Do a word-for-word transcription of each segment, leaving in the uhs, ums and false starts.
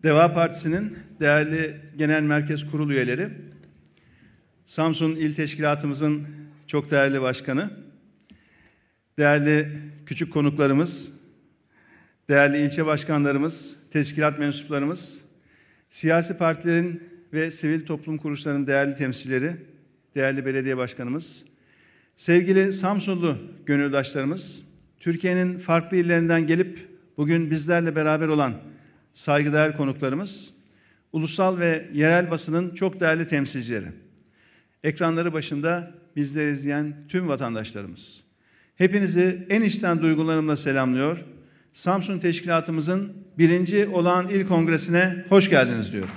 Deva Partisi'nin değerli Genel Merkez Kurulu üyeleri, Samsun İl Teşkilatımızın çok değerli başkanı, değerli küçük konuklarımız, değerli ilçe başkanlarımız, teşkilat mensuplarımız, siyasi partilerin ve sivil toplum kuruluşlarının değerli temsilcileri, değerli belediye başkanımız, sevgili Samsunlu gönüldaşlarımız, Türkiye'nin farklı illerinden gelip bugün bizlerle beraber olan saygıdeğer konuklarımız, ulusal ve yerel basının çok değerli temsilcileri, ekranları başında bizleri izleyen tüm vatandaşlarımız, hepinizi en içten duygularımla selamlıyor. Samsun Teşkilatımızın birinci olağan il kongresine hoş geldiniz diyorum.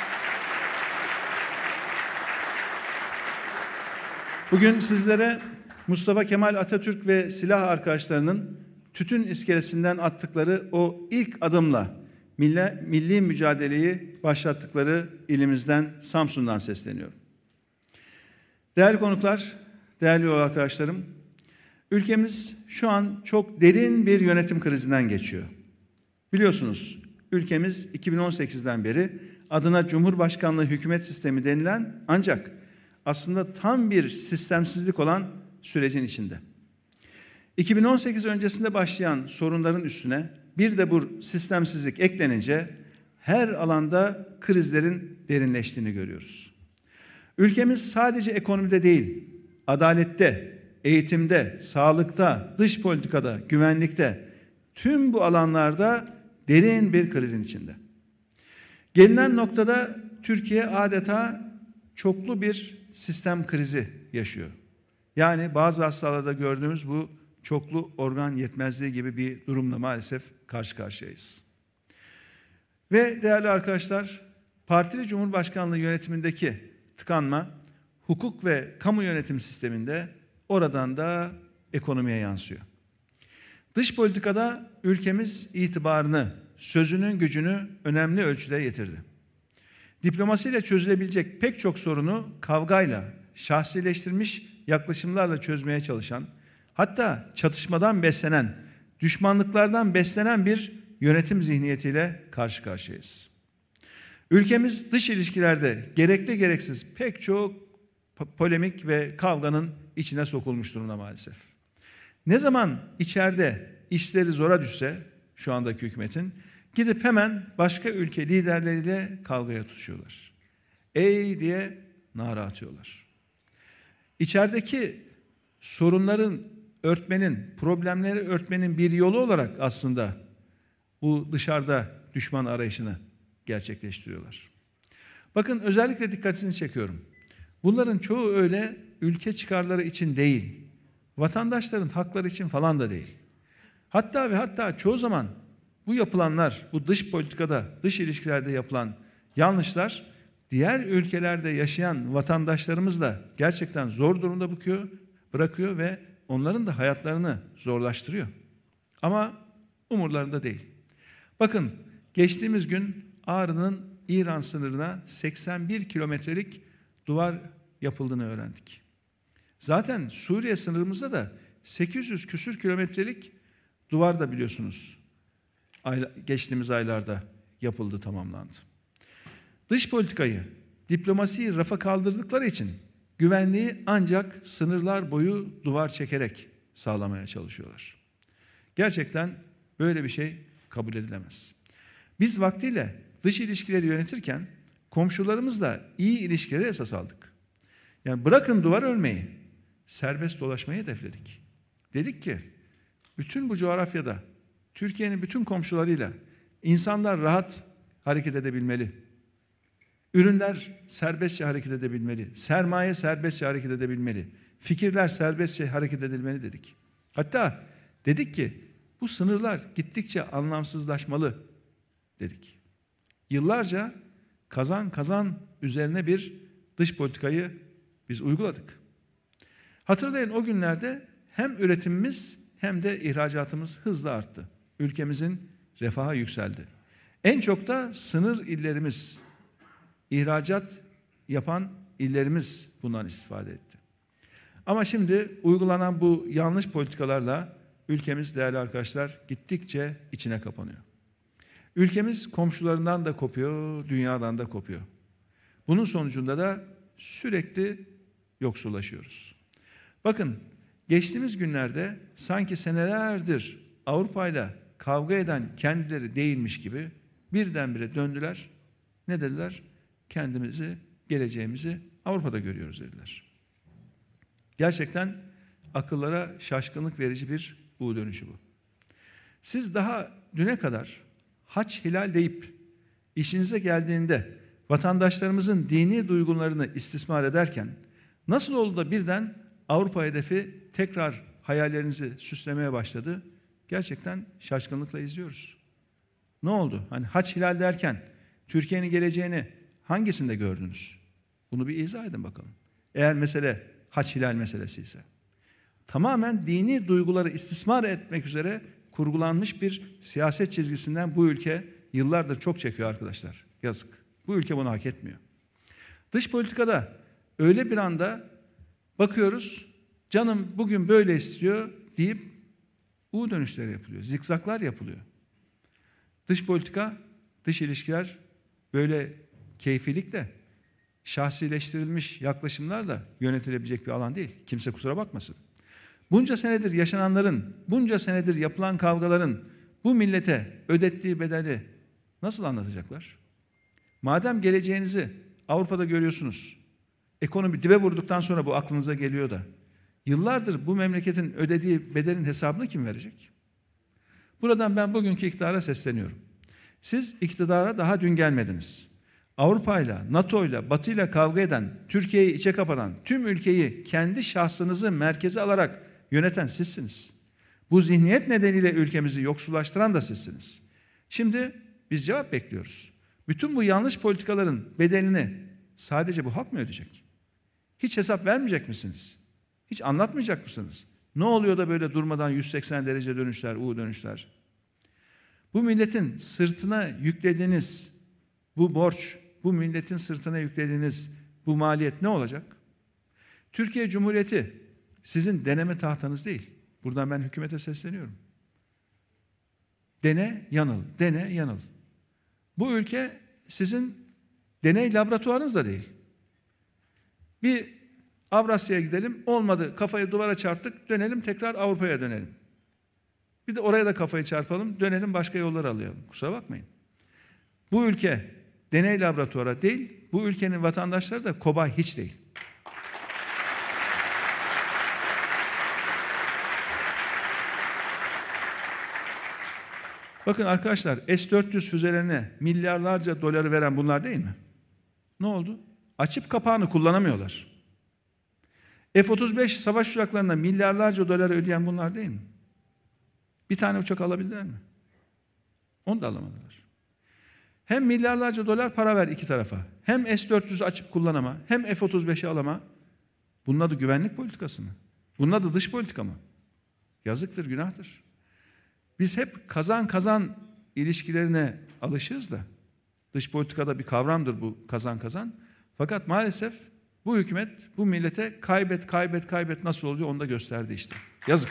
Bugün sizlere Mustafa Kemal Atatürk ve silah arkadaşlarının tütün iskelesinden attıkları o ilk adımla milli, milli mücadeleyi başlattıkları ilimizden, Samsun'dan sesleniyorum. Değerli konuklar, değerli yol arkadaşlarım, ülkemiz şu an çok derin bir yönetim krizinden geçiyor. Biliyorsunuz, ülkemiz iki bin on sekizden beri adına Cumhurbaşkanlığı hükümet sistemi denilen ancak aslında tam bir sistemsizlik olan sürecin içinde. iki bin on sekiz öncesinde başlayan sorunların üstüne bir de bu sistemsizlik eklenince her alanda krizlerin derinleştiğini görüyoruz. Ülkemiz sadece ekonomide değil, adalette, eğitimde, sağlıkta, dış politikada, güvenlikte, tüm bu alanlarda derin bir krizin içinde. Gelinen noktada Türkiye adeta çoklu bir sistem krizi yaşıyor. Yani bazı hastalarda gördüğümüz bu çoklu organ yetmezliği gibi bir durumla maalesef karşı karşıyayız. Ve değerli arkadaşlar, partili Cumhurbaşkanlığı yönetimindeki tıkanma, hukuk ve kamu yönetim sisteminde oradan da ekonomiye yansıyor. Dış politikada ülkemiz itibarını, sözünün gücünü önemli ölçüde yitirdi. Diplomasiyle çözülebilecek pek çok sorunu kavgayla, şahsileştirilmiş yaklaşımlarla çözmeye çalışan, hatta çatışmadan beslenen, düşmanlıklardan beslenen bir yönetim zihniyetiyle karşı karşıyayız. Ülkemiz dış ilişkilerde gerekli gereksiz pek çok polemik ve kavganın içine sokulmuş durumda maalesef. Ne zaman içeride işleri zora düşse şu andaki hükümetin, gidip hemen başka ülke liderleriyle kavgaya tutuşuyorlar. Ey diye nara atıyorlar. İçerideki sorunların örtmenin, problemleri örtmenin bir yolu olarak aslında bu dışarıda düşman arayışını gerçekleştiriyorlar. Bakın özellikle dikkatinizi çekiyorum. Bunların çoğu öyle ülke çıkarları için değil, vatandaşların hakları için falan da değil. Hatta ve hatta çoğu zaman bu yapılanlar, bu dış politikada, dış ilişkilerde yapılan yanlışlar diğer ülkelerde yaşayan vatandaşlarımız da gerçekten zor durumda bırakıyor, bırakıyor ve onların da hayatlarını zorlaştırıyor. Ama umurlarında değil. Bakın geçtiğimiz gün Ağrı'nın İran sınırına seksen bir kilometrelik duvar yapıldığını öğrendik. Zaten Suriye sınırımızda da sekiz yüz küsür kilometrelik duvar da biliyorsunuz geçtiğimiz aylarda yapıldı, tamamlandı. Dış politikayı, diplomasiyi rafa kaldırdıkları için güvenliği ancak sınırlar boyu duvar çekerek sağlamaya çalışıyorlar. Gerçekten böyle bir şey kabul edilemez. Biz vaktiyle dış ilişkileri yönetirken komşularımızla iyi ilişkileri esas aldık. Yani bırakın duvar örmeyi, serbest dolaşmayı hedefledik. Dedik ki bütün bu coğrafyada Türkiye'nin bütün komşularıyla insanlar rahat hareket edebilmeli. Ürünler serbestçe hareket edebilmeli. Sermaye serbestçe hareket edebilmeli. Fikirler serbestçe hareket edilmeli dedik. Hatta dedik ki bu sınırlar gittikçe anlamsızlaşmalı dedik. Yıllarca kazan kazan üzerine bir dış politikayı biz uyguladık. Hatırlayın, o günlerde hem üretimimiz hem de ihracatımız hızla arttı. Ülkemizin refahı yükseldi. En çok da sınır illerimiz, ihracat yapan illerimiz bundan istifade etti. Ama şimdi uygulanan bu yanlış politikalarla ülkemiz değerli arkadaşlar gittikçe içine kapanıyor. Ülkemiz komşularından da kopuyor, dünyadan da kopuyor. Bunun sonucunda da sürekli yoksullaşıyoruz. Bakın, geçtiğimiz günlerde sanki senelerdir Avrupa'yla kavga eden kendileri değilmiş gibi birdenbire döndüler. Ne dediler? Kendimizi, geleceğimizi Avrupa'da görüyoruz dediler. Gerçekten akıllara şaşkınlık verici bir U dönüşü bu. Siz daha düne kadar haç hilal deyip işinize geldiğinde vatandaşlarımızın dini duygularını istismar ederken nasıl oldu da birden Avrupa hedefi tekrar hayallerinizi süslemeye başladı? Gerçekten şaşkınlıkla izliyoruz. Ne oldu? Hani haç hilal derken Türkiye'nin geleceğini hangisinde gördünüz? Bunu bir izah edin bakalım. Eğer mesele haç hilal meselesi ise. Tamamen dini duyguları istismar etmek üzere kurgulanmış bir siyaset çizgisinden bu ülke yıllardır çok çekiyor arkadaşlar. Yazık. Bu ülke bunu hak etmiyor. Dış politikada öyle bir anda bakıyoruz, canım bugün böyle istiyor deyip U dönüşleri yapılıyor, zikzaklar yapılıyor. Dış politika, dış ilişkiler böyle keyfilikle, şahsileştirilmiş yaklaşımlarla yönetilebilecek bir alan değil. Kimse kusura bakmasın. Bunca senedir yaşananların, bunca senedir yapılan kavgaların bu millete ödettiği bedeli nasıl anlatacaklar? Madem geleceğinizi Avrupa'da görüyorsunuz, ekonomi dibe vurduktan sonra bu aklınıza geliyor da, yıllardır bu memleketin ödediği bedelin hesabını kim verecek? Buradan ben bugünkü iktidara sesleniyorum. Siz iktidara daha dün gelmediniz. Avrupa'yla, NATO'yla, Batı'yla kavga eden, Türkiye'yi içe kapatan, tüm ülkeyi kendi şahsınızı merkeze alarak yöneten sizsiniz. Bu zihniyet nedeniyle ülkemizi yoksullaştıran da sizsiniz. Şimdi biz cevap bekliyoruz. Bütün bu yanlış politikaların bedelini sadece bu halk mı ödeyecek? Hiç hesap vermeyecek misiniz? Hiç anlatmayacak mısınız? Ne oluyor da böyle durmadan yüz seksen derece dönüşler, U dönüşler? Bu milletin sırtına yüklediğiniz bu borç, bu milletin sırtına yüklediğiniz bu maliyet ne olacak? Türkiye Cumhuriyeti sizin deneme tahtanız değil. Buradan ben hükümete sesleniyorum. Dene, yanıl, dene, yanıl. Bu ülke sizin deney laboratuvarınız da değil. Bir Avrasya'ya gidelim, olmadı, kafayı duvara çarptık, dönelim tekrar Avrupa'ya dönelim. Bir de oraya da kafayı çarpalım, dönelim başka yolları alayalım. Kusura bakmayın. Bu ülke deney laboratuvarı değil, bu ülkenin vatandaşları da kobay hiç değil. Bakın arkadaşlar, S dört yüz füzelerine milyarlarca doları veren bunlar değil mi? Ne oldu? Açıp kapağını kullanamıyorlar. F otuz beş savaş uçaklarına milyarlarca doları ödeyen bunlar değil mi? Bir tane uçak alabildiler mi? Onu da alamadılar. Hem milyarlarca dolar para ver iki tarafa. Hem S dört yüzü açıp kullanama, hem F otuz beşi alama. Bunun adı güvenlik politikası mı? Bunun adı dış politika mı? Yazıktır, günahtır. Biz hep kazan kazan ilişkilerine alışığız da, dış politikada bir kavramdır bu kazan kazan. Fakat maalesef bu hükümet bu millete kaybet kaybet kaybet nasıl oluyor onu da gösterdi işte. Yazık.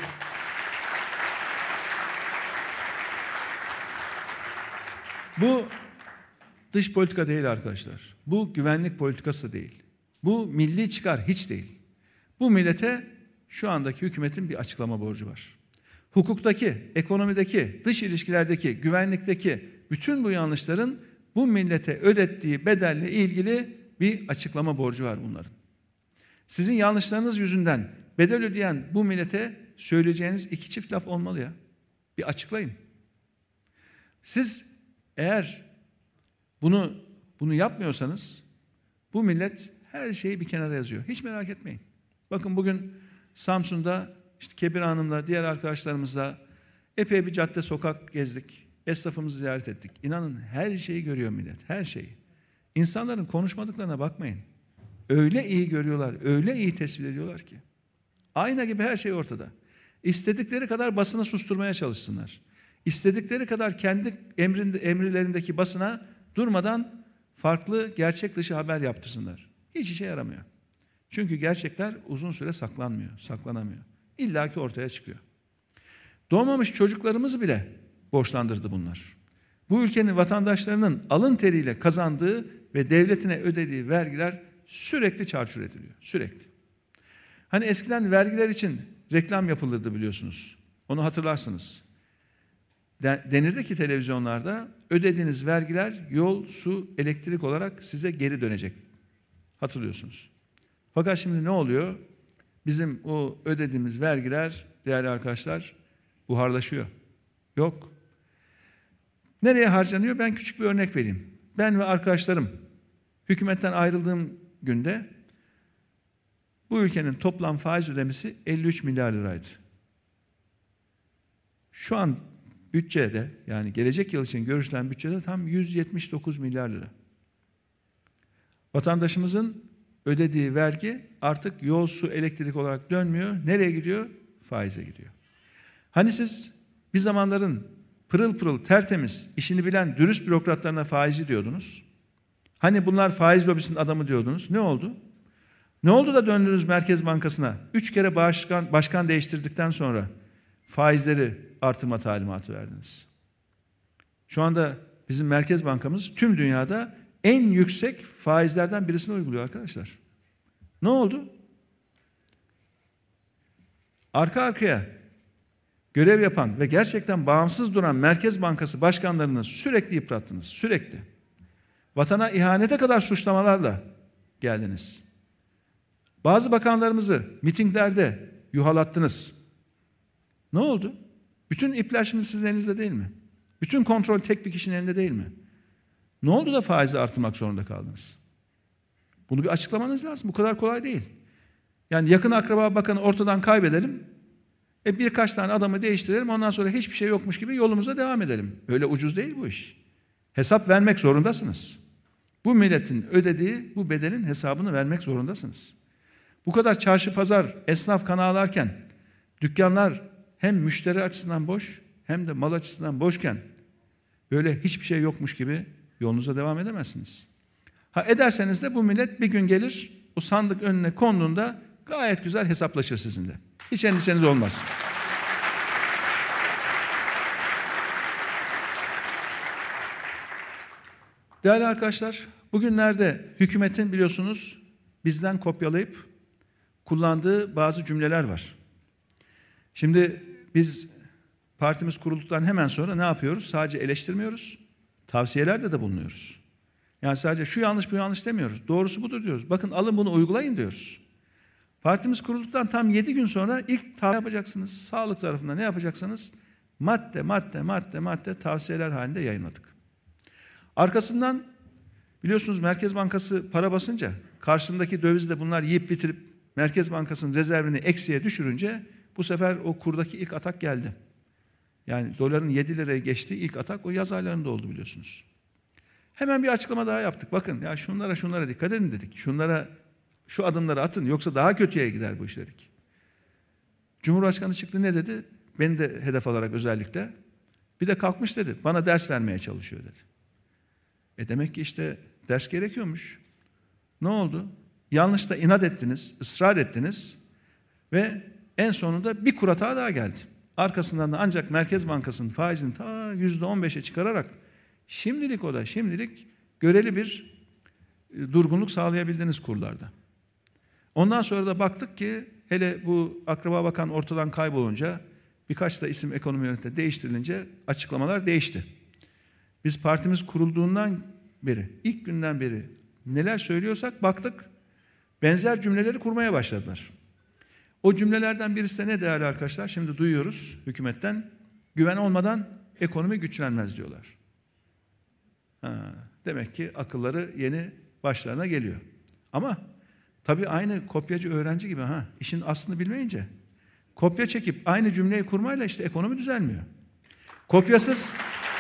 Bu dış politika değil arkadaşlar. Bu güvenlik politikası değil. Bu milli çıkar hiç değil. Bu millete şu andaki hükümetin bir açıklama borcu var. Hukuktaki, ekonomideki, dış ilişkilerdeki, güvenlikteki bütün bu yanlışların bu millete ödettiği bedelle ilgili bir açıklama borcu var bunların. Sizin yanlışlarınız yüzünden bedel ödeyen bu millete söyleyeceğiniz iki çift laf olmalı ya. Bir açıklayın. Siz eğer bunu bunu yapmıyorsanız bu millet her şeyi bir kenara yazıyor. Hiç merak etmeyin. Bakın bugün Samsun'da işte Kebir Hanım'la diğer arkadaşlarımızla epey bir cadde sokak gezdik. Esnafımızı ziyaret ettik. İnanın her şeyi görüyor millet. Her şeyi. İnsanların konuşmadıklarına bakmayın. Öyle iyi görüyorlar, öyle iyi tespit ediyorlar ki. Ayna gibi her şey ortada. İstedikleri kadar basını susturmaya çalışsınlar. İstedikleri kadar kendi emrinde, emrilerindeki basına durmadan farklı gerçek dışı haber yaptırsınlar. Hiç işe yaramıyor. Çünkü gerçekler uzun süre saklanmıyor, saklanamıyor. İlla ki ortaya çıkıyor. Doğmamış çocuklarımızı bile borçlandırdı bunlar. Bu ülkenin vatandaşlarının alın teriyle kazandığı ve devletine ödediği vergiler sürekli çarçur ediliyor. Sürekli. Hani eskiden vergiler için reklam yapılırdı biliyorsunuz. Onu hatırlarsınız. Denirdi ki televizyonlarda ödediğiniz vergiler yol, su, elektrik olarak size geri dönecek. Hatırlıyorsunuz. Fakat şimdi ne oluyor? Bizim o ödediğimiz vergiler değerli arkadaşlar buharlaşıyor. Yok. Nereye harcanıyor? Ben küçük bir örnek vereyim. Ben ve arkadaşlarım hükümetten ayrıldığım günde bu ülkenin toplam faiz ödemesi elli üç milyar liraydı. Şu an bütçede, yani gelecek yıl için görüşülen bütçede tam yüz yetmiş dokuz milyar lira. Vatandaşımızın ödediği vergi artık yol, su, elektrik olarak dönmüyor. Nereye gidiyor? Faize gidiyor. Hani siz bir zamanların pırıl pırıl, tertemiz, işini bilen dürüst bürokratlarına faizci diyordunuz. Hani bunlar faiz lobisinin adamı diyordunuz. Ne oldu? Ne oldu da döndünüz Merkez Bankası'na? Üç kere başkan, başkan değiştirdikten sonra faizleri artırma talimatı verdiniz. Şu anda bizim Merkez Bankamız tüm dünyada en yüksek faizlerden birisini uyguluyor arkadaşlar. Ne oldu? Arka arkaya görev yapan ve gerçekten bağımsız duran Merkez Bankası başkanlarını sürekli yıprattınız. Sürekli. Vatana ihanete kadar suçlamalarla geldiniz. Bazı bakanlarımızı mitinglerde yuhalattınız. Ne oldu? Bütün ipler şimdi sizin elinizde değil mi? Bütün kontrol tek bir kişinin elinde değil mi? Ne oldu da faizi artırmak zorunda kaldınız? Bunu bir açıklamanız lazım. Bu kadar kolay değil. Yani yakın akraba bakanı ortadan kaybedelim. E birkaç tane adamı değiştirelim. Ondan sonra hiçbir şey yokmuş gibi yolumuza devam edelim. Öyle ucuz değil bu iş. Hesap vermek zorundasınız. Bu milletin ödediği bu bedelin hesabını vermek zorundasınız. Bu kadar çarşı pazar, esnaf kan ağlarken, dükkanlar hem müşteri açısından boş hem de mal açısından boşken böyle hiçbir şey yokmuş gibi yolunuza devam edemezsiniz. Ha ederseniz de bu millet bir gün gelir, o sandık önüne konduğunda gayet güzel hesaplaşır sizinle. Hiç endişeniz olmaz. Değerli arkadaşlar, bugünlerde hükümetin biliyorsunuz bizden kopyalayıp kullandığı bazı cümleler var. Şimdi biz partimiz kurulduktan hemen sonra ne yapıyoruz? Sadece eleştirmiyoruz, tavsiyelerde de bulunuyoruz. Yani sadece şu yanlış bu yanlış demiyoruz. Doğrusu budur diyoruz. Bakın alın bunu uygulayın diyoruz. Partimiz kurulduktan tam yedi gün sonra ilk tavsiye yapacaksınız. Sağlık tarafında ne yapacaksınız? Madde madde madde madde tavsiyeler halinde yayınladık. Arkasından biliyorsunuz Merkez Bankası para basınca karşısındaki dövizi de bunlar yiyip bitirip Merkez Bankası'nın rezervini eksiye düşürünce bu sefer o kurdaki ilk atak geldi. Yani doların yedi liraya geçtiği ilk atak o yaz aylarında oldu biliyorsunuz. Hemen bir açıklama daha yaptık. Bakın ya şunlara şunlara dikkat edin dedik. Şunlara şu adımları atın yoksa daha kötüye gider bu iş dedik. Cumhurbaşkanı çıktı ne dedi? Beni de hedef alarak özellikle. Bir de kalkmış dedi. Bana ders vermeye çalışıyor dedi. E demek ki işte ders gerekiyormuş. Ne oldu? Yanlış da inat ettiniz, ısrar ettiniz ve en sonunda bir kur hata daha geldi. Arkasından da ancak Merkez Bankası'nın faizini ta yüzde on beşe çıkararak şimdilik o da şimdilik göreli bir durgunluk sağlayabildiniz kurlarda. Ondan sonra da baktık ki hele bu Akraba Bakan ortadan kaybolunca birkaç da isim ekonomi yönetiminde değiştirilince açıklamalar değişti. Biz partimiz kurulduğundan beri, ilk günden beri neler söylüyorsak baktık benzer cümleleri kurmaya başladılar. O cümlelerden birisi de ne değerli arkadaşlar? Şimdi duyuyoruz hükümetten. Güven olmadan ekonomi güçlenmez diyorlar. Ha, demek ki akılları yeni başlarına geliyor. Ama tabii aynı kopyacı öğrenci gibi ha işin aslını bilmeyince kopya çekip aynı cümleyi kurmayla işte ekonomi düzelmiyor. Kopyasız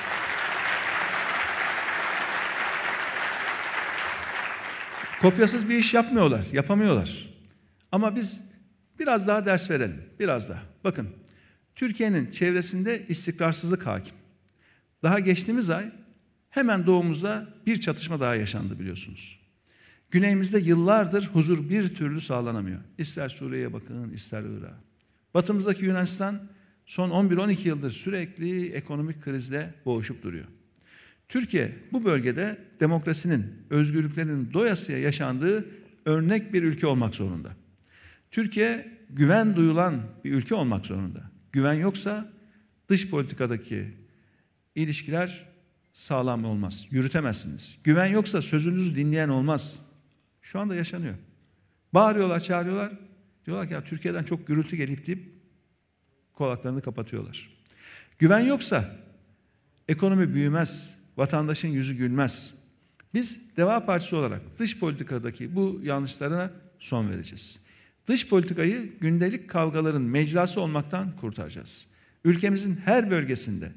kopyasız bir iş yapmıyorlar, yapamıyorlar. Ama biz biraz daha ders verelim, biraz daha. Bakın, Türkiye'nin çevresinde istikrarsızlık hakim. Daha geçtiğimiz ay hemen doğumuzda bir çatışma daha yaşandı biliyorsunuz. Güneyimizde yıllardır huzur bir türlü sağlanamıyor. İster Suriye'ye bakın, ister Irak'a. Batımızdaki Yunanistan son on bir on iki yıldır sürekli ekonomik krizle boğuşup duruyor. Türkiye bu bölgede demokrasinin, özgürlüklerin doyasıya yaşandığı örnek bir ülke olmak zorunda. Türkiye güven duyulan bir ülke olmak zorunda. Güven yoksa dış politikadaki ilişkiler sağlam olmaz. Yürütemezsiniz. Güven yoksa sözünüzü dinleyen olmaz. Şu anda yaşanıyor. Bağırıyorlar, çağırıyorlar. Diyorlar ki ya Türkiye'den çok gürültü gelip deyip kulaklarını kapatıyorlar. Güven yoksa ekonomi büyümez, vatandaşın yüzü gülmez. Biz Deva Partisi olarak dış politikadaki bu yanlışlarına son vereceğiz. Dış politikayı gündelik kavgaların mecrası olmaktan kurtaracağız. Ülkemizin her bölgesinde,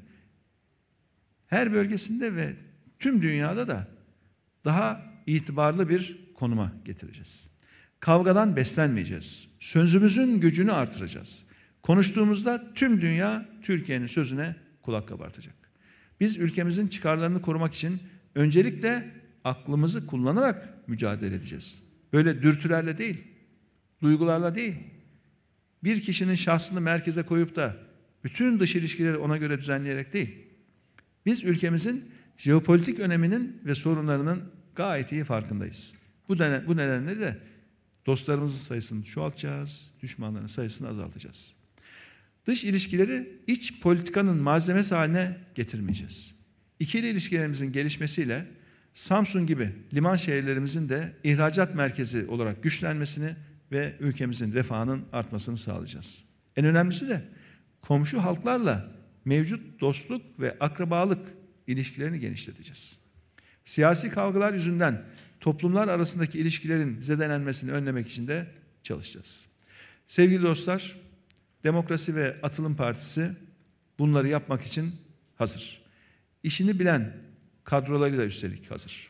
her bölgesinde ve tüm dünyada da daha itibarlı bir konuma getireceğiz. Kavgadan beslenmeyeceğiz. Sözümüzün gücünü artıracağız. Konuştuğumuzda tüm dünya Türkiye'nin sözüne kulak kabartacak. Biz ülkemizin çıkarlarını korumak için öncelikle aklımızı kullanarak mücadele edeceğiz. Böyle dürtülerle değil, duygularla değil. Bir kişinin şahsını merkeze koyup da bütün dış ilişkileri ona göre düzenleyerek değil. Biz ülkemizin jeopolitik öneminin ve sorunlarının gayet iyi farkındayız. Bu, dene, bu nedenle de dostlarımızın sayısını çoğaltacağız, düşmanların sayısını azaltacağız. Dış ilişkileri iç politikanın malzemesi haline getirmeyeceğiz. İkili ilişkilerimizin gelişmesiyle Samsun gibi liman şehirlerimizin de ihracat merkezi olarak güçlenmesini ve ülkemizin refahının artmasını sağlayacağız. En önemlisi de komşu halklarla mevcut dostluk ve akrabalık ilişkilerini genişleteceğiz. Siyasi kavgalar yüzünden toplumlar arasındaki ilişkilerin zedelenmesini önlemek için de çalışacağız. Sevgili dostlar, Demokrasi ve Atılım Partisi bunları yapmak için hazır. İşini bilen kadrolarıyla üstelik hazır.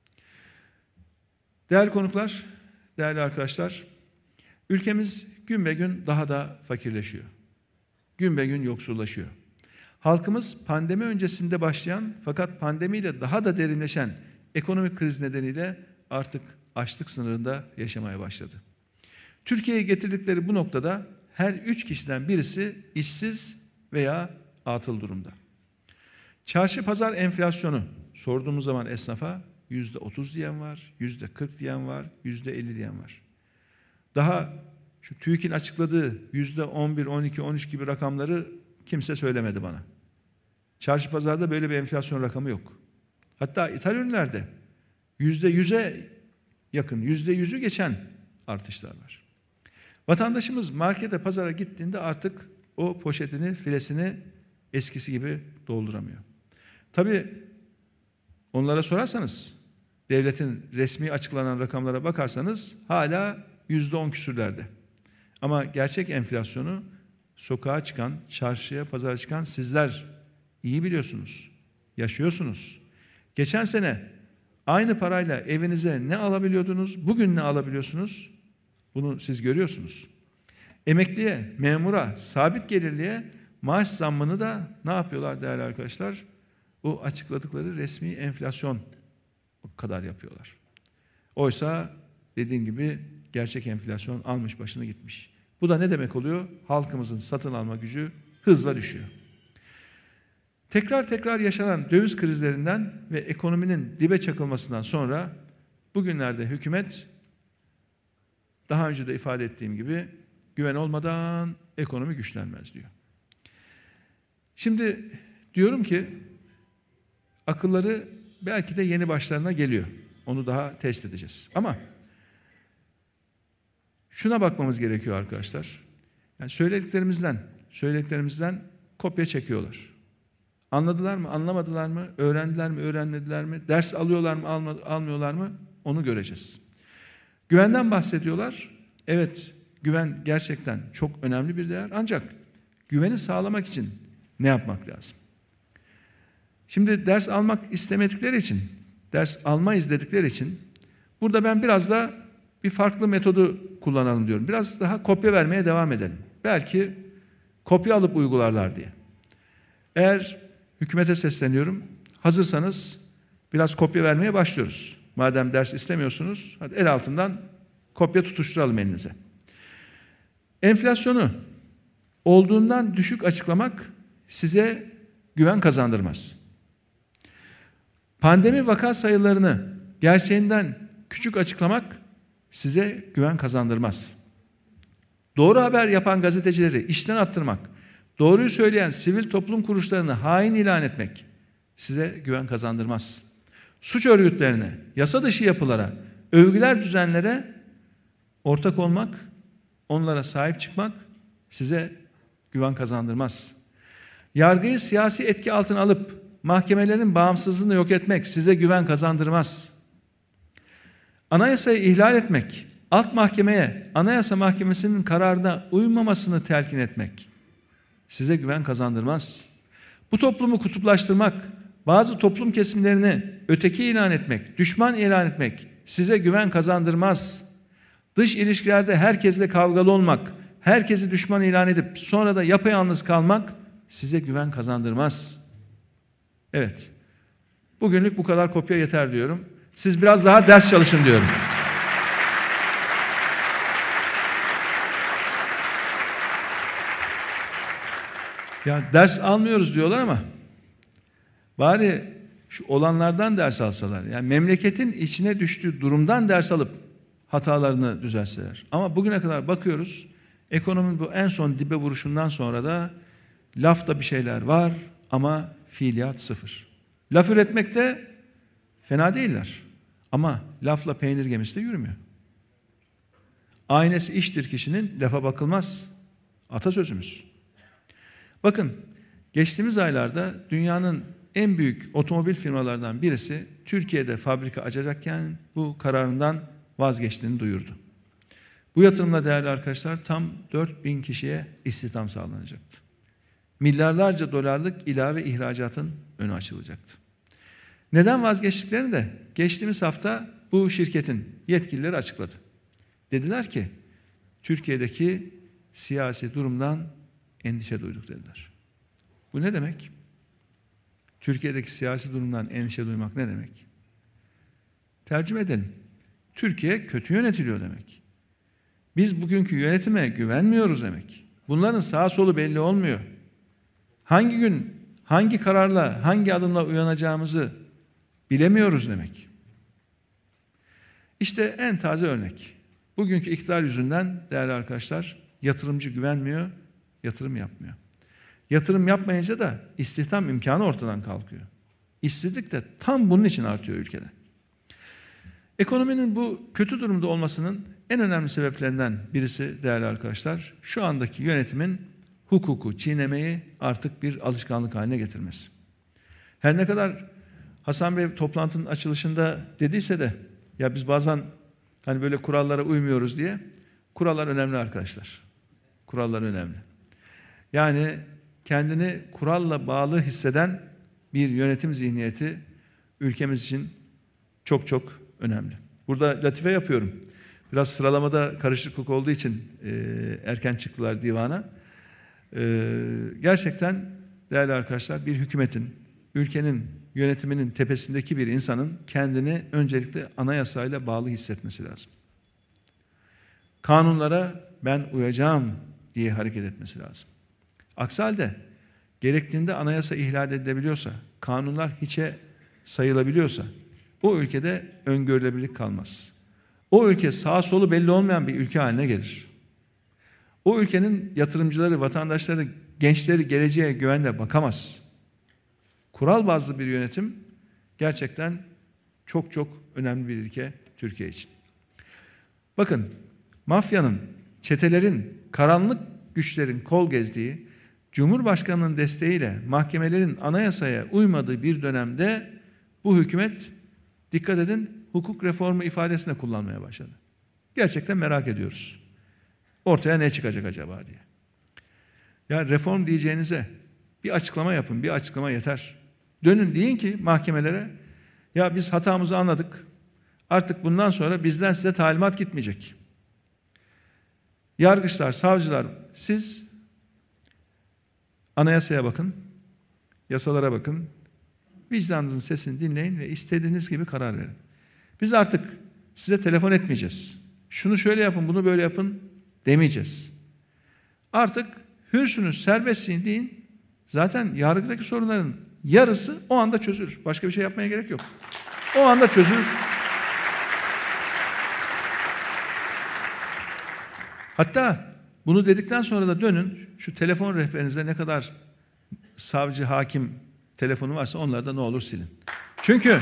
Değerli konuklar, değerli arkadaşlar, ülkemiz gün be gün daha da fakirleşiyor. Gün be gün yoksullaşıyor. Halkımız pandemi öncesinde başlayan fakat pandemiyle daha da derinleşen ekonomik kriz nedeniyle artık açlık sınırında yaşamaya başladı. Türkiye'ye getirdikleri bu noktada her üç kişiden birisi işsiz veya atıl durumda. Çarşı pazar enflasyonu sorduğumuz zaman esnafa yüzde otuz diyen var, yüzde kırk diyen var, yüzde elli diyen var. Daha şu TÜİK'in açıkladığı yüzde on bir, on iki, on üç gibi rakamları kimse söylemedi bana. Çarşı pazarda böyle bir enflasyon rakamı yok. Hatta ithal ürünlerde yüzde yüze yakın, yüzde yüzü geçen artışlar var. Vatandaşımız markete, pazara gittiğinde artık o poşetini, filesini eskisi gibi dolduramıyor. Tabii onlara sorarsanız, devletin resmi açıklanan rakamlara bakarsanız hala yüzde on küsürlerde. Ama gerçek enflasyonu sokağa çıkan, çarşıya, pazara çıkan sizler iyi biliyorsunuz, yaşıyorsunuz. Geçen sene aynı parayla evinize ne alabiliyordunuz, bugün ne alabiliyorsunuz? Bunu siz görüyorsunuz. Emekliye, memura, sabit gelirliye maaş zammını da ne yapıyorlar değerli arkadaşlar? O açıkladıkları resmi enflasyon kadar yapıyorlar. Oysa dediğim gibi gerçek enflasyon almış başını gitmiş. Bu da ne demek oluyor? Halkımızın satın alma gücü hızla düşüyor. Tekrar tekrar yaşanan döviz krizlerinden ve ekonominin dibe çakılmasından sonra bugünlerde hükümet daha önce de ifade ettiğim gibi güven olmadan ekonomi güçlenmez diyor. Şimdi diyorum ki akılları belki de yeni başlarına geliyor. Onu daha test edeceğiz. Ama şuna bakmamız gerekiyor arkadaşlar. Yani söylediklerimizden, söylediklerimizden kopya çekiyorlar. Anladılar mı, anlamadılar mı, öğrendiler mi, öğrenmediler mi, ders alıyorlar mı, alma, almıyorlar mı onu göreceğiz. Güvenden bahsediyorlar. Evet, güven gerçekten çok önemli bir değer. Ancak güveni sağlamak için ne yapmak lazım? Şimdi ders almak istemedikleri için, ders almayız dedikleri için burada ben biraz da bir farklı metodu kullanalım diyorum. Biraz daha kopya vermeye devam edelim. Belki kopya alıp uygularlar diye. Eğer hükümete sesleniyorum, hazırsanız biraz kopya vermeye başlıyoruz. Madem ders istemiyorsunuz, hadi el altından kopya tutuşturalım elinize. Enflasyonu olduğundan düşük açıklamak size güven kazandırmaz. Pandemi vaka sayılarını gerçeğinden küçük açıklamak size güven kazandırmaz. Doğru haber yapan gazetecileri işten attırmak, doğruyu söyleyen sivil toplum kuruluşlarını hain ilan etmek size güven kazandırmaz. Suç örgütlerine, yasa dışı yapılara, övgüler düzenlere ortak olmak, onlara sahip çıkmak size güven kazandırmaz. Yargıyı siyasi etki altına alıp mahkemelerin bağımsızlığını yok etmek size güven kazandırmaz. Anayasayı ihlal etmek, alt mahkemeye, Anayasa Mahkemesi'nin kararına uymamasını telkin etmek size güven kazandırmaz. Bu toplumu kutuplaştırmak, bazı toplum kesimlerini öteki ilan etmek, düşman ilan etmek size güven kazandırmaz. Dış ilişkilerde herkesle kavgalı olmak, herkesi düşman ilan edip sonra da yapayalnız kalmak size güven kazandırmaz. Evet, bugünlük bu kadar kopya yeter diyorum. Siz biraz daha ders çalışın diyorum. Ya ders almıyoruz diyorlar ama bari şu olanlardan ders alsalar. Yani memleketin içine düştüğü durumdan ders alıp hatalarını düzeltseler. Ama bugüne kadar bakıyoruz, ekonominin bu en son dibe vuruşundan sonra da lafta bir şeyler var ama fiiliyat sıfır. Laf üretmekte fena değiller. Ama lafla peynir gemisi de yürümüyor. Aynesi iştir kişinin, lafa bakılmaz. Atasözümüz. Bakın, geçtiğimiz aylarda dünyanın en büyük otomobil firmalardan birisi Türkiye'de fabrika açacakken bu kararından vazgeçtiğini duyurdu. Bu yatırımla değerli arkadaşlar tam dört bin kişiye istihdam sağlanacaktı. Milyarlarca dolarlık ilave ihracatın önü açılacaktı. Neden vazgeçtiklerini de geçtiğimiz hafta bu şirketin yetkilileri açıkladı. Dediler ki Türkiye'deki siyasi durumdan endişe duyduk dediler. Bu ne demek? Türkiye'deki siyasi durumdan endişe duymak ne demek? Tercüme edelim. Türkiye kötü yönetiliyor demek. Biz bugünkü yönetime güvenmiyoruz demek. Bunların sağa solu belli olmuyor. Hangi gün, hangi kararla, hangi adımla uyanacağımızı bilemiyoruz demek. İşte en taze örnek. Bugünkü iktidar yüzünden değerli arkadaşlar yatırımcı güvenmiyor, yatırım yapmıyor. Yatırım yapmayınca da istihdam imkanı ortadan kalkıyor. İşsizlik de tam bunun için artıyor ülkede. Ekonominin bu kötü durumda olmasının en önemli sebeplerinden birisi değerli arkadaşlar, şu andaki yönetimin hukuku çiğnemeyi artık bir alışkanlık haline getirmesi. Her ne kadar Hasan Bey toplantının açılışında dediyse de ya biz bazen hani böyle kurallara uymuyoruz diye, kurallar önemli arkadaşlar. Kurallar önemli. Yani kendini kuralla bağlı hisseden bir yönetim zihniyeti ülkemiz için çok çok önemli. Burada latife yapıyorum. Biraz sıralamada karışıklık olduğu için e, erken çıktılar divana. E, gerçekten değerli arkadaşlar bir hükümetin, ülkenin yönetiminin tepesindeki bir insanın kendini öncelikle anayasayla bağlı hissetmesi lazım. Kanunlara ben uyacağım diye hareket etmesi lazım. Aksi halde gerektiğinde anayasa ihlal edilebiliyorsa, kanunlar hiçe sayılabiliyorsa o ülkede öngörülebilirlik kalmaz. O ülke sağ solu belli olmayan bir ülke haline gelir. O ülkenin yatırımcıları, vatandaşları, gençleri geleceğe güvenle bakamaz. Kural bazlı bir yönetim gerçekten çok çok önemli bir ilke Türkiye için. Bakın, mafyanın, çetelerin, karanlık güçlerin kol gezdiği, Cumhurbaşkanı'nın desteğiyle mahkemelerin anayasaya uymadığı bir dönemde bu hükümet, dikkat edin, hukuk reformu ifadesine kullanmaya başladı. Gerçekten merak ediyoruz. Ortaya ne çıkacak acaba diye. Ya reform diyeceğinize bir açıklama yapın, bir açıklama yeter. Dönün deyin ki mahkemelere, ya biz hatamızı anladık, artık bundan sonra bizden size talimat gitmeyecek. Yargıçlar, savcılar, siz anayasaya bakın, yasalara bakın, vicdanınızın sesini dinleyin ve istediğiniz gibi karar verin. Biz artık size telefon etmeyeceğiz. Şunu şöyle yapın, bunu böyle yapın demeyeceğiz. Artık hürsünüz, serbestsiniz deyin. Zaten yargıdaki sorunların yarısı o anda çözülür. Başka bir şey yapmaya gerek yok. O anda çözülür. Hatta bunu dedikten sonra da dönün, şu telefon rehberinizde ne kadar savcı, hakim telefonu varsa onları da ne olur silin. Çünkü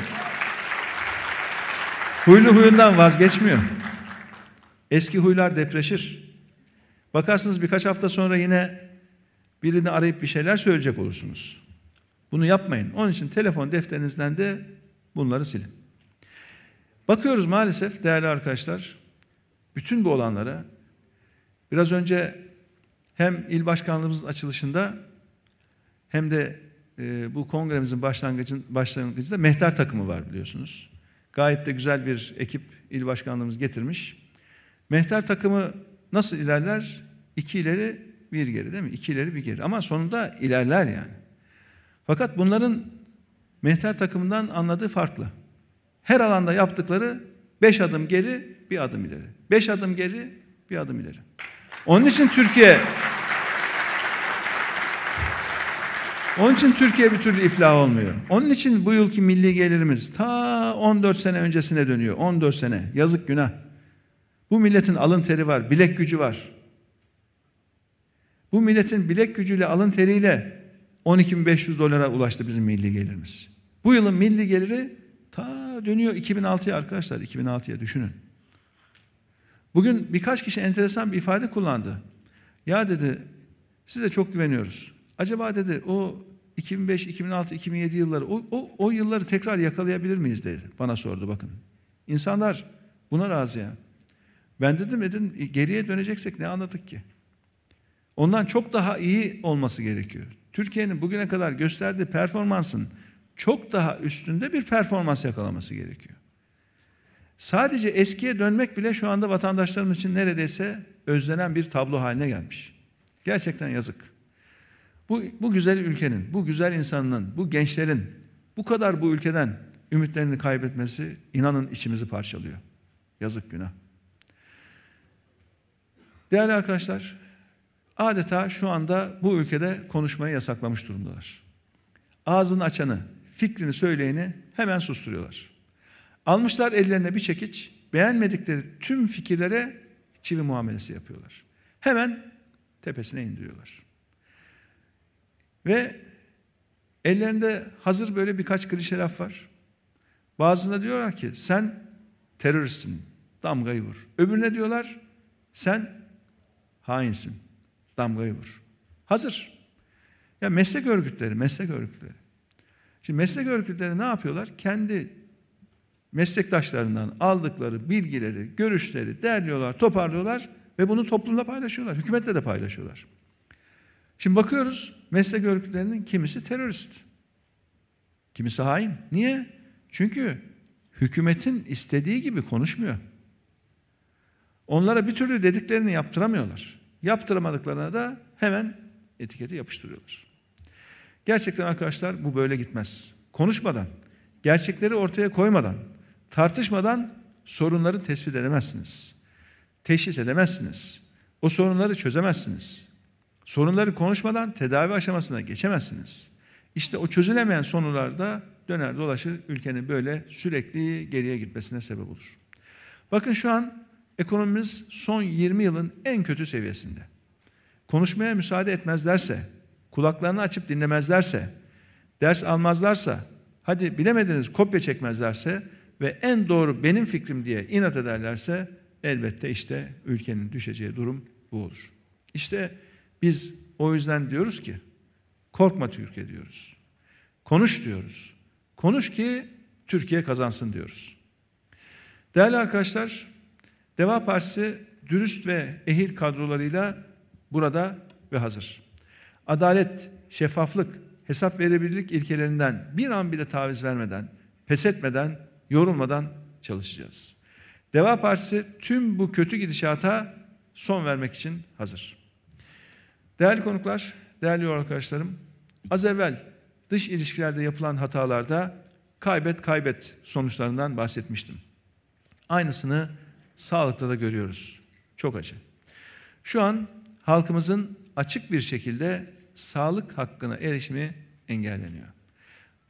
huylu huyundan vazgeçmiyor. Eski huylar depreşir. Bakarsınız birkaç hafta sonra yine birini arayıp bir şeyler söyleyecek olursunuz. Bunu yapmayın. Onun için telefon defterinizden de bunları silin. Bakıyoruz maalesef değerli arkadaşlar, bütün bu olanlara. Biraz önce hem il başkanlığımızın açılışında hem de e, bu kongremizin başlangıcın, başlangıcında mehter takımı var biliyorsunuz. Gayet de güzel bir ekip il başkanlığımız getirmiş. Mehter takımı nasıl ilerler? İki ileri bir geri değil mi? İki ileri bir geri. Ama sonunda ilerler yani. Fakat bunların mehter takımından anladığı farklı. Her alanda yaptıkları beş adım geri, bir adım ileri. Beş adım geri, bir adım ileri. Onun için Türkiye Onun için Türkiye bir türlü iflah olmuyor. Onun için bu yılki milli gelirimiz ta on dört sene öncesine dönüyor. on dört sene. Yazık günah. Bu milletin alın teri var, bilek gücü var. Bu milletin bilek gücüyle, alın teriyle on iki bin beş yüz dolara ulaştı bizim milli gelirimiz. Bu yılın milli geliri ta dönüyor iki bin altıya arkadaşlar. iki bin altıya düşünün. Bugün birkaç kişi enteresan bir ifade kullandı. Ya dedi, size çok güveniyoruz. Acaba dedi o iki bin beş, iki bin altı, iki bin yedi yılları o, o, o yılları tekrar yakalayabilir miyiz dedi. Bana sordu bakın. İnsanlar buna razı ya. Ben dedim dedim geriye döneceksek ne anladık ki? Ondan çok daha iyi olması gerekiyor. Türkiye'nin bugüne kadar gösterdiği performansın çok daha üstünde bir performans yakalaması gerekiyor. Sadece eskiye dönmek bile şu anda vatandaşlarımız için neredeyse özlenen bir tablo haline gelmiş. Gerçekten yazık. Bu, bu güzel ülkenin, bu güzel insanın, bu gençlerin bu kadar bu ülkeden ümitlerini kaybetmesi inanın içimizi parçalıyor. Yazık günah. Değerli arkadaşlar, adeta şu anda bu ülkede konuşmayı yasaklamış durumdalar. Ağzını açanı, fikrini söyleyeni hemen susturuyorlar. Almışlar ellerine bir çekiç, beğenmedikleri tüm fikirlere çivi muamelesi yapıyorlar. Hemen tepesine indiriyorlar. Ve ellerinde hazır böyle birkaç klişe laf var. Bazısında diyorlar ki sen teröristsin, damgayı vur. Öbürüne diyorlar sen hainsin, damgayı vur. Hazır. Ya meslek örgütleri, meslek örgütleri. Şimdi meslek örgütleri ne yapıyorlar? Kendi meslektaşlarından aldıkları bilgileri, görüşleri derliyorlar, toparlıyorlar ve bunu toplumla paylaşıyorlar. Hükümetle de paylaşıyorlar. Şimdi bakıyoruz meslek örgütlerinin kimisi terörist. Kimisi hain. Niye? Çünkü hükümetin istediği gibi konuşmuyor. Onlara bir türlü dediklerini yaptıramıyorlar. Yaptıramadıklarına da hemen etiketi yapıştırıyorlar. Gerçekten arkadaşlar bu böyle gitmez. Konuşmadan, gerçekleri ortaya koymadan, tartışmadan sorunları tespit edemezsiniz. Teşhis edemezsiniz. O sorunları çözemezsiniz. Sorunları konuşmadan tedavi aşamasına geçemezsiniz. İşte o çözülemeyen sorunlarda döner dolaşır ülkenin böyle sürekli geriye gitmesine sebep olur. Bakın şu an ekonomimiz son yirmi yılın en kötü seviyesinde. Konuşmaya müsaade etmezlerse, kulaklarını açıp dinlemezlerse, ders almazlarsa, hadi bilemediniz kopya çekmezlerse ve en doğru benim fikrim diye inat ederlerse elbette işte ülkenin düşeceği durum bu olur. İşte biz o yüzden diyoruz ki korkma Türkiye diyoruz. Konuş diyoruz. Konuş ki Türkiye kazansın diyoruz. Değerli arkadaşlar, Deva Partisi dürüst ve ehil kadrolarıyla burada ve hazır. Adalet, şeffaflık, hesap verebilirlik ilkelerinden bir an bile taviz vermeden, pes etmeden, yorulmadan çalışacağız. Deva Partisi tüm bu kötü gidişata son vermek için hazır. Değerli konuklar, değerli arkadaşlarım, az evvel dış ilişkilerde yapılan hatalarda kaybet kaybet sonuçlarından bahsetmiştim. Aynısını sağlıkta da görüyoruz. Çok acı. Şu an halkımızın açık bir şekilde sağlık hakkına erişimi engelleniyor.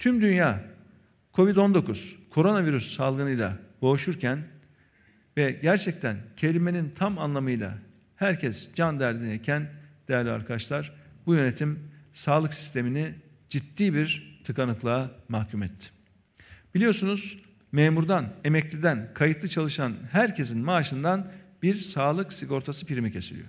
Tüm dünya kovid on dokuz, koronavirüs salgınıyla boğuşurken ve gerçekten kelimenin tam anlamıyla herkes can derdindeyken değerli arkadaşlar, bu yönetim sağlık sistemini ciddi bir tıkanıklığa mahkum etti. Biliyorsunuz memurdan, emekliden, kayıtlı çalışan herkesin maaşından bir sağlık sigortası primi kesiliyor.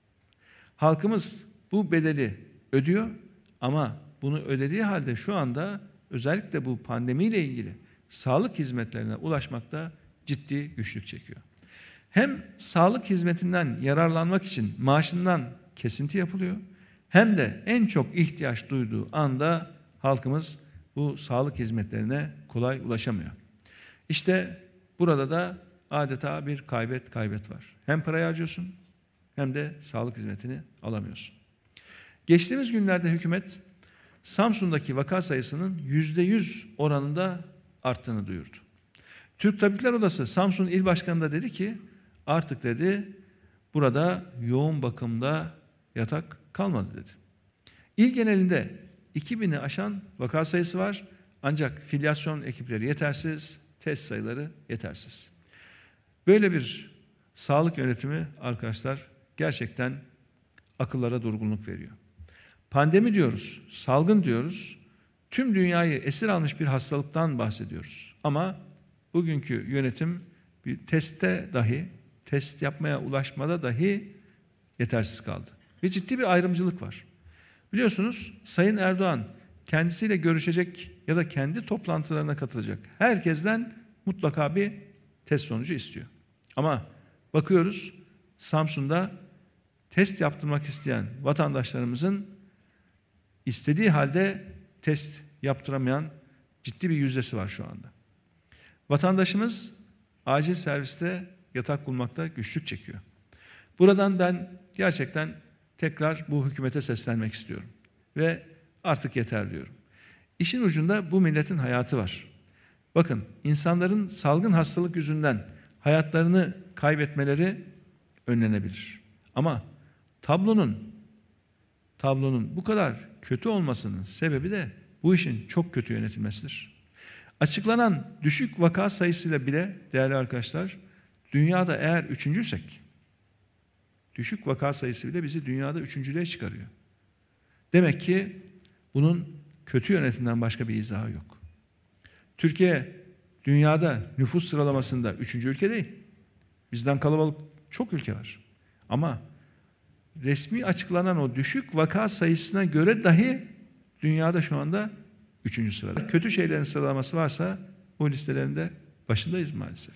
Halkımız bu bedeli ödüyor ama bunu ödediği halde şu anda özellikle bu pandemiyle ilgili sağlık hizmetlerine ulaşmakta ciddi güçlük çekiyor. Hem sağlık hizmetinden yararlanmak için maaşından kesinti yapılıyor, hem de en çok ihtiyaç duyduğu anda halkımız bu sağlık hizmetlerine kolay ulaşamıyor. İşte burada da adeta bir kaybet kaybet var. Hem parayı harcıyorsun hem de sağlık hizmetini alamıyorsun. Geçtiğimiz günlerde hükümet Samsun'daki vaka sayısının yüzde yüz oranında arttığını duyurdu. Türk Tabipler Odası Samsun İl Başkanı da dedi ki artık dedi burada yoğun bakımda yatak kalmadı dedi. İl genelinde iki bini aşan vaka sayısı var ancak filyasyon ekipleri yetersiz, test sayıları yetersiz. Böyle bir sağlık yönetimi arkadaşlar gerçekten akıllara durgunluk veriyor. Pandemi diyoruz, salgın diyoruz, tüm dünyayı esir almış bir hastalıktan bahsediyoruz. Ama bugünkü yönetim bir testte dahi, test yapmaya ulaşmada dahi yetersiz kaldı. Ve ciddi bir ayrımcılık var. Biliyorsunuz Sayın Erdoğan kendisiyle görüşecek ya da kendi toplantılarına katılacak herkesten mutlaka bir test sonucu istiyor. Ama bakıyoruz Samsun'da test yaptırmak isteyen vatandaşlarımızın istediği halde test yaptıramayan ciddi bir yüzdesi var şu anda. Vatandaşımız acil serviste yatak bulmakta güçlük çekiyor. Buradan ben gerçekten tekrar bu hükümete seslenmek istiyorum. Ve artık yeter diyorum. İşin ucunda bu milletin hayatı var. Bakın insanların salgın hastalık yüzünden hayatlarını kaybetmeleri önlenebilir. Ama tablonun tablonun bu kadar kötü olmasının sebebi de bu işin çok kötü yönetilmesidir. Açıklanan düşük vaka sayısıyla bile değerli arkadaşlar dünyada eğer üçüncüysek düşük vaka sayısı bile bizi dünyada üçüncülüğe çıkarıyor. Demek ki bunun kötü yönetimden başka bir izahı yok. Türkiye dünyada nüfus sıralamasında üçüncü ülke değil. Bizden kalabalık çok ülke var. Ama resmi açıklanan o düşük vaka sayısına göre dahi dünyada şu anda üçüncü sırada. Kötü şeylerin sıralaması varsa o listelerinde başındayız maalesef.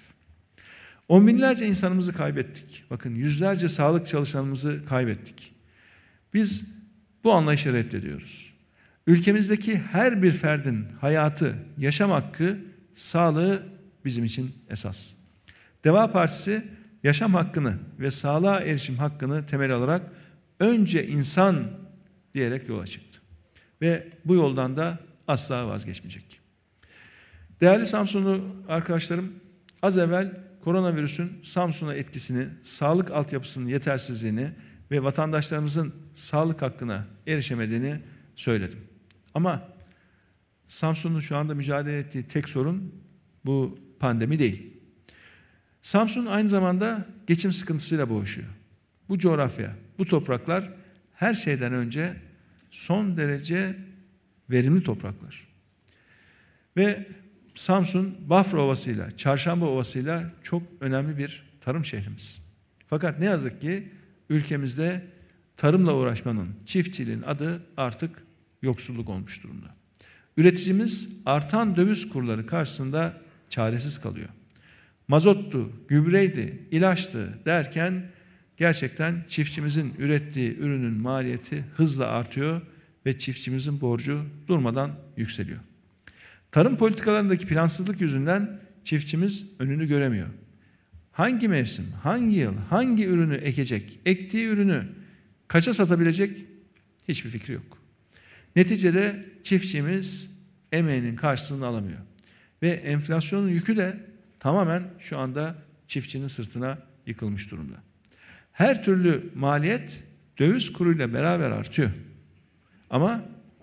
On binlerce insanımızı kaybettik. Bakın yüzlerce sağlık çalışanımızı kaybettik. Biz bu anlayışı reddediyoruz. Ülkemizdeki her bir ferdin hayatı, yaşam hakkı, sağlığı bizim için esas. Deva Partisi yaşam hakkını ve sağlığa erişim hakkını temel alarak önce insan diyerek yola çıktı. Ve bu yoldan da asla vazgeçmeyecek. Değerli Samsunlu arkadaşlarım, az evvel koronavirüsün Samsun'a etkisini, sağlık altyapısının yetersizliğini ve vatandaşlarımızın sağlık hakkına erişemediğini söyledim. Ama Samsun'un şu anda mücadele ettiği tek sorun bu pandemi değil. Samsun aynı zamanda geçim sıkıntısıyla boğuşuyor. Bu coğrafya, bu topraklar her şeyden önce son derece verimli topraklar. Ve Samsun, Bafra Ovası'yla, Çarşamba Ovası'yla çok önemli bir tarım şehrimiz. Fakat ne yazık ki ülkemizde tarımla uğraşmanın, çiftçiliğin adı artık yoksulluk olmuş durumda. Üreticimiz artan döviz kurları karşısında çaresiz kalıyor. Mazottu, gübreydi, ilaçtı derken gerçekten çiftçimizin ürettiği ürünün maliyeti hızla artıyor ve çiftçimizin borcu durmadan yükseliyor. Tarım politikalarındaki plansızlık yüzünden çiftçimiz önünü göremiyor. Hangi mevsim, hangi yıl, hangi ürünü ekecek, ektiği ürünü kaça satabilecek hiçbir fikri yok. Neticede çiftçimiz emeğinin karşılığını alamıyor. Ve enflasyonun yükü de tamamen şu anda çiftçinin sırtına yıkılmış durumda. Her türlü maliyet döviz kuruyla beraber artıyor. Ama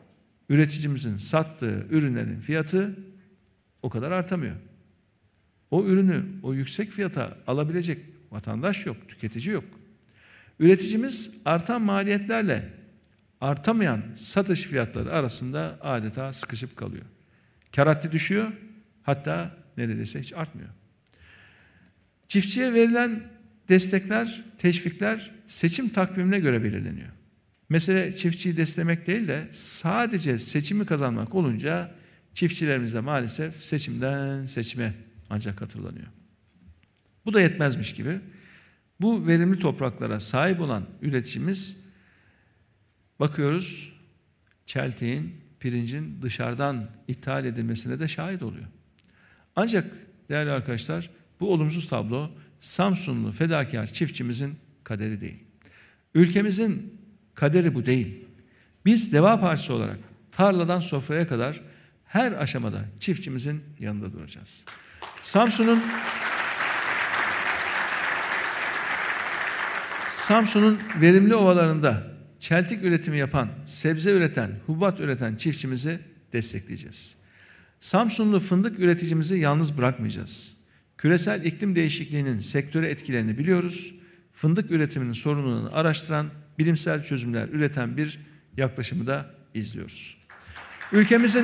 üreticimizin sattığı ürünlerin fiyatı o kadar artamıyor. O ürünü o yüksek fiyata alabilecek vatandaş yok, tüketici yok. Üreticimiz artan maliyetlerle artamayan satış fiyatları arasında adeta sıkışıp kalıyor. Kar haddi düşüyor, hatta neredeyse hiç artmıyor. Çiftçiye verilen destekler, teşvikler seçim takvimine göre belirleniyor. Mesele çiftçiyi desteklemek değil de sadece seçimi kazanmak olunca çiftçilerimiz de maalesef seçimden seçime ancak hatırlanıyor. Bu da yetmezmiş gibi bu verimli topraklara sahip olan üreticimiz bakıyoruz çeltiğin, pirincin dışarıdan ithal edilmesine de şahit oluyor. Ancak değerli arkadaşlar bu olumsuz tablo Samsunlu fedakar çiftçimizin kaderi değil. Ülkemizin kaderi bu değil. Biz Deva Partisi olarak tarladan sofraya kadar her aşamada çiftçimizin yanında duracağız. Samsun'un Samsun'un verimli ovalarında çeltik üretimi yapan, sebze üreten, hububat üreten çiftçimizi destekleyeceğiz. Samsunlu fındık üreticimizi yalnız bırakmayacağız. Küresel iklim değişikliğinin sektöre etkilerini biliyoruz. Fındık üretiminin sorununu araştıran, bilimsel çözümler üreten bir yaklaşımı da izliyoruz. Ülkemizin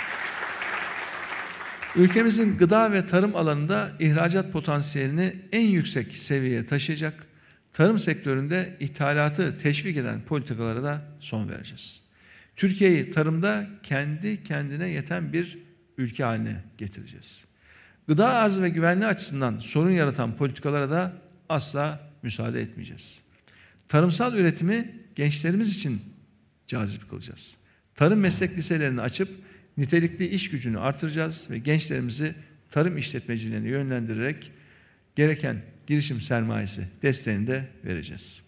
ülkemizin gıda ve tarım alanında ihracat potansiyelini en yüksek seviyeye taşıyacak, tarım sektöründe ithalatı teşvik eden politikalara da son vereceğiz. Türkiye'yi tarımda kendi kendine yeten bir ülke haline getireceğiz. Gıda arzı ve güvenliği açısından sorun yaratan politikalara da asla müsaade etmeyeceğiz. Tarımsal üretimi gençlerimiz için cazip kılacağız. Tarım meslek liselerini açıp nitelikli iş gücünü artıracağız ve gençlerimizi tarım işletmeciliğine yönlendirerek gereken girişim sermayesi desteğini de vereceğiz.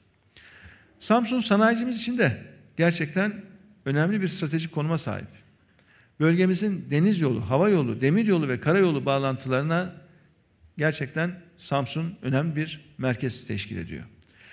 Samsun sanayicimiz için de gerçekten önemli bir stratejik konuma sahip. Bölgemizin deniz yolu, hava yolu, demir yolu ve karayolu bağlantılarına gerçekten Samsun önemli bir merkez teşkil ediyor.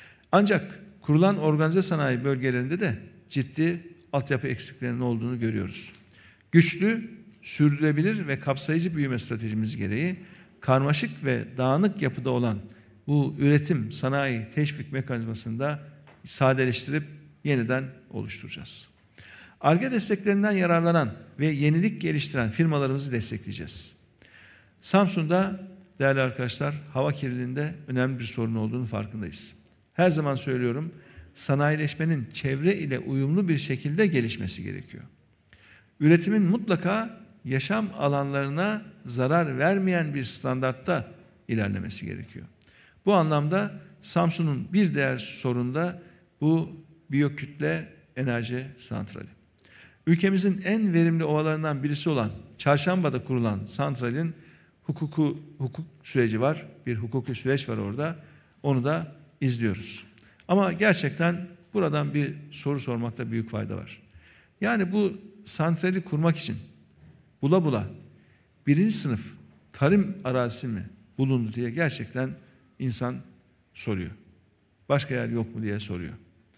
Ancak kurulan organize sanayi bölgelerinde de ciddi altyapı eksiklerinin olduğunu görüyoruz. Güçlü, sürdürülebilir ve kapsayıcı büyüme stratejimiz gereği karmaşık ve dağınık yapıda olan bu üretim, sanayi, teşvik mekanizmasını da sadeleştirip yeniden oluşturacağız. Ar-Ge desteklerinden yararlanan ve yenilik geliştiren firmalarımızı destekleyeceğiz. Samsun'da değerli arkadaşlar hava kirliliğinde önemli bir sorun olduğunu farkındayız. Her zaman söylüyorum, sanayileşmenin çevre ile uyumlu bir şekilde gelişmesi gerekiyor. Üretimin mutlaka yaşam alanlarına zarar vermeyen bir standartta ilerlemesi gerekiyor. Bu anlamda Samsun'un bir diğer sorunu da bu biyokütle enerji santrali. Ülkemizin en verimli ovalarından birisi olan Çarşamba'da kurulan santralin hukuku, hukuk süreci var. Bir hukuki süreç var orada. Onu da izliyoruz. Ama gerçekten buradan bir soru sormakta büyük fayda var. Yani bu santrali kurmak için bula bula birinci sınıf tarım arazisi mi bulundu diye gerçekten insan soruyor. Başka yer yok mu diye soruyor.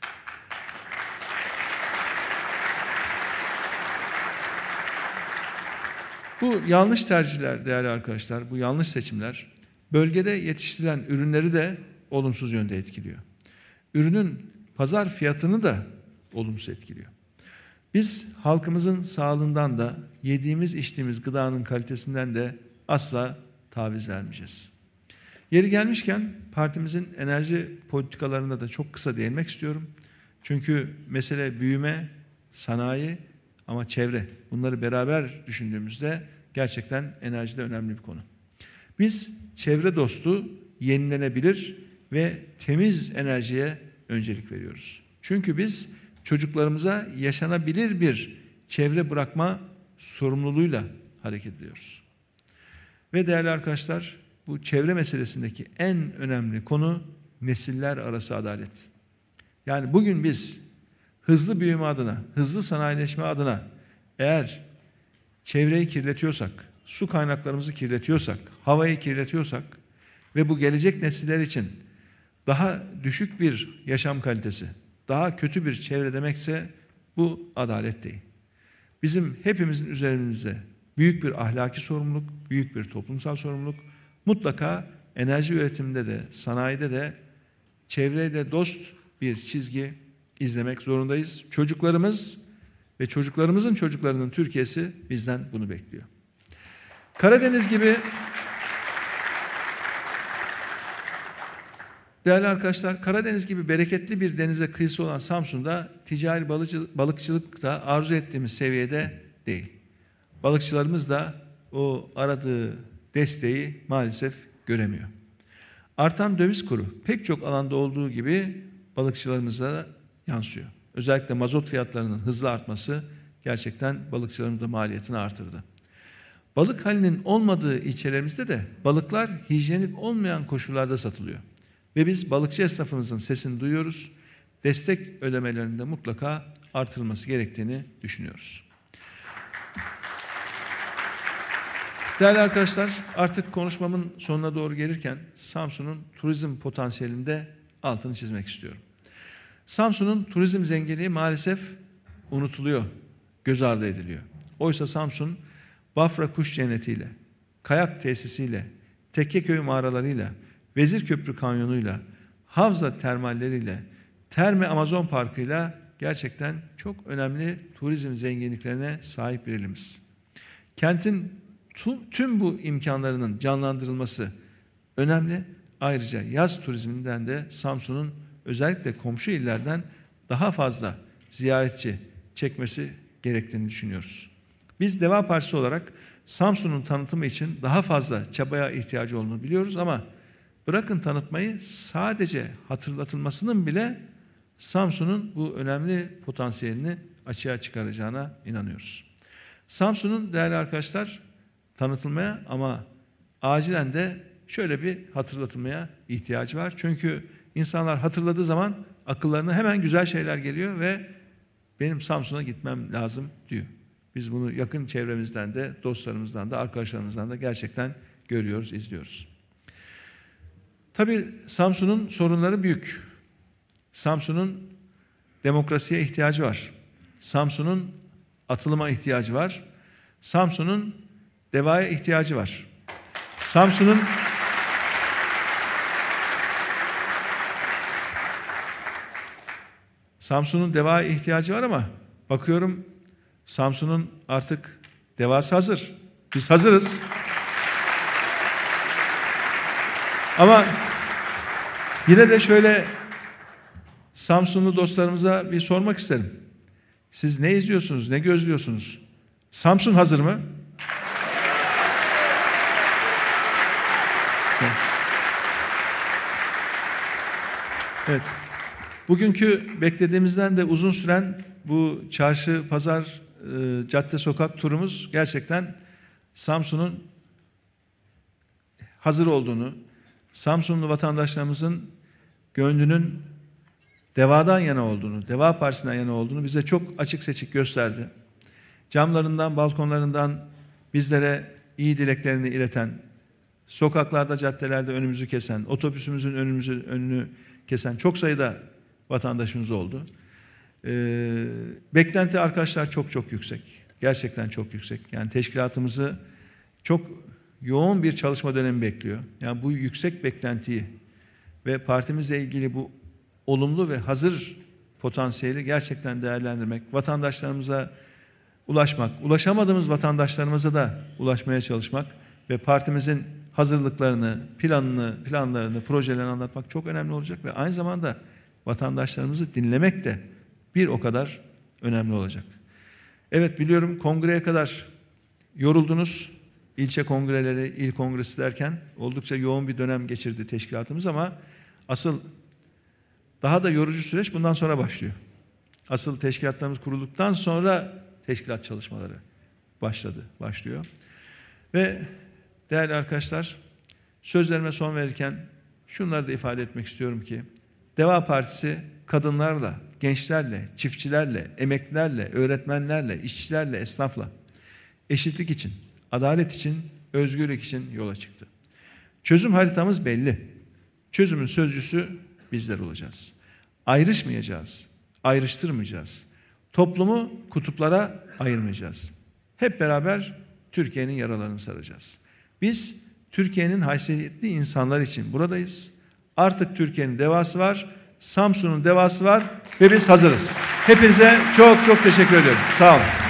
Bu yanlış tercihler değerli arkadaşlar, bu yanlış seçimler bölgede yetiştirilen ürünleri de olumsuz yönde etkiliyor. Ürünün pazar fiyatını da olumsuz etkiliyor. Biz halkımızın sağlığından da yediğimiz içtiğimiz gıdanın kalitesinden de asla taviz vermeyeceğiz. Yeri gelmişken partimizin enerji politikalarına da çok kısa değinmek istiyorum. Çünkü mesele büyüme, sanayi ama çevre. Bunları beraber düşündüğümüzde gerçekten enerjide önemli bir konu. Biz çevre dostu, yenilenebilir ve temiz enerjiye öncelik veriyoruz. Çünkü biz çocuklarımıza yaşanabilir bir çevre bırakma sorumluluğuyla hareket ediyoruz. Ve değerli arkadaşlar, bu çevre meselesindeki en önemli konu nesiller arası adalet. Yani bugün biz hızlı büyüme adına, hızlı sanayileşme adına eğer çevreyi kirletiyorsak, su kaynaklarımızı kirletiyorsak, havayı kirletiyorsak ve bu gelecek nesiller için daha düşük bir yaşam kalitesi, daha kötü bir çevre demekse bu adalet değil. bizim hepimizin üzerimizde büyük bir ahlaki sorumluluk, büyük bir toplumsal sorumluluk. Mutlaka enerji üretiminde de, sanayide de çevreyle dost bir çizgi izlemek zorundayız. Çocuklarımız ve çocuklarımızın çocuklarının Türkiye'si bizden bunu bekliyor. Karadeniz gibi, değerli arkadaşlar, Karadeniz gibi bereketli bir denize kıyısı olan Samsun'da ticari balıkçılık da arzu ettiğimiz seviyede değil. Balıkçılarımız da o aradığı desteği maalesef göremiyor. Artan döviz kuru pek çok alanda olduğu gibi balıkçılarımıza da yansıyor. Özellikle mazot fiyatlarının hızlı artması gerçekten balıkçılarımızın maliyetini artırdı. Balık halinin olmadığı ilçelerimizde de balıklar hijyenik olmayan koşullarda satılıyor. Ve biz balıkçı esnafımızın sesini duyuyoruz. Destek ödemelerinde mutlaka artırılması gerektiğini düşünüyoruz. Değerli arkadaşlar, artık konuşmamın sonuna doğru gelirken Samsun'un turizm potansiyelinde altını çizmek istiyorum. Samsun'un turizm zenginliği maalesef unutuluyor, göz ardı ediliyor. Oysa Samsun, Bafra Kuş Cenneti'yle, kayak tesisiyle, Tekkeköy mağaralarıyla, Vezirköprü Kanyonu'yla, Havza termalleriyle, Terme Amazon Parkı'yla gerçekten çok önemli turizm zenginliklerine sahip bir ilimiz. Kentin tüm bu imkanlarının canlandırılması önemli. Ayrıca yaz turizminden de Samsun'un özellikle komşu illerden daha fazla ziyaretçi çekmesi gerektiğini düşünüyoruz. Biz Deva Partisi olarak Samsun'un tanıtımı için daha fazla çabaya ihtiyacı olduğunu biliyoruz ama bırakın tanıtmayı, sadece hatırlatılmasının bile Samsun'un bu önemli potansiyelini açığa çıkaracağına inanıyoruz. Samsun'un değerli arkadaşlar tanıtılmaya ama acilen de şöyle bir hatırlatılmaya ihtiyacı var. Çünkü insanlar hatırladığı zaman akıllarına hemen güzel şeyler geliyor ve benim Samsun'a gitmem lazım diyor. Biz bunu yakın çevremizden de, dostlarımızdan da, arkadaşlarımızdan da gerçekten görüyoruz, izliyoruz. Tabii Samsun'un sorunları büyük. Samsun'un demokrasiye ihtiyacı var. Samsun'un atılıma ihtiyacı var. Samsun'un devaya ihtiyacı var. Samsun'un Samsun'un devaya ihtiyacı var ama bakıyorum Samsun'un artık devası hazır. Biz hazırız. Ama yine de şöyle Samsunlu dostlarımıza bir sormak isterim. Siz ne izliyorsunuz, ne gözlüyorsunuz? Samsun hazır mı? Evet. Bugünkü beklediğimizden de uzun süren bu çarşı, pazar, e, cadde, sokak turumuz gerçekten Samsun'un hazır olduğunu, Samsunlu vatandaşlarımızın gönlünün devadan yana olduğunu, Deva Partisi'nden yana olduğunu bize çok açık seçik gösterdi. Camlarından, balkonlarından bizlere iyi dileklerini ileten, sokaklarda, caddelerde önümüzü kesen, otobüsümüzün önümüzü, önünü kesen çok sayıda vatandaşımız oldu. Ee, beklenti arkadaşlar çok çok yüksek. Gerçekten çok yüksek. Yani teşkilatımızı çok yoğun bir çalışma dönemi bekliyor. Yani bu yüksek beklentiyi ve partimizle ilgili bu olumlu ve hazır potansiyeli gerçekten değerlendirmek, vatandaşlarımıza ulaşmak, ulaşamadığımız vatandaşlarımıza da ulaşmaya çalışmak ve partimizin hazırlıklarını, planını, planlarını, projelerini anlatmak çok önemli olacak ve aynı zamanda vatandaşlarımızı dinlemek de bir o kadar önemli olacak. Evet, biliyorum kongreye kadar yoruldunuz. İlçe kongreleri, il kongresi derken oldukça yoğun bir dönem geçirdi teşkilatımız ama asıl daha da yorucu süreç bundan sonra başlıyor. Asıl teşkilatlarımız kurulduktan sonra teşkilat çalışmaları başladı, başlıyor. Ve değerli arkadaşlar, sözlerime son verirken şunları da ifade etmek istiyorum ki Deva Partisi kadınlarla, gençlerle, çiftçilerle, emeklilerle, öğretmenlerle, işçilerle, esnafla eşitlik için, adalet için, özgürlük için yola çıktı. Çözüm haritamız belli. Çözümün sözcüsü bizler olacağız. Ayrışmayacağız, ayrıştırmayacağız. Toplumu kutuplara ayırmayacağız. Hep beraber Türkiye'nin yaralarını saracağız. Biz Türkiye'nin haysiyetli insanlar için buradayız. Artık Türkiye'nin devası var, Samsun'un devası var ve biz hazırız. Hepinize çok çok teşekkür ediyorum. Sağ olun.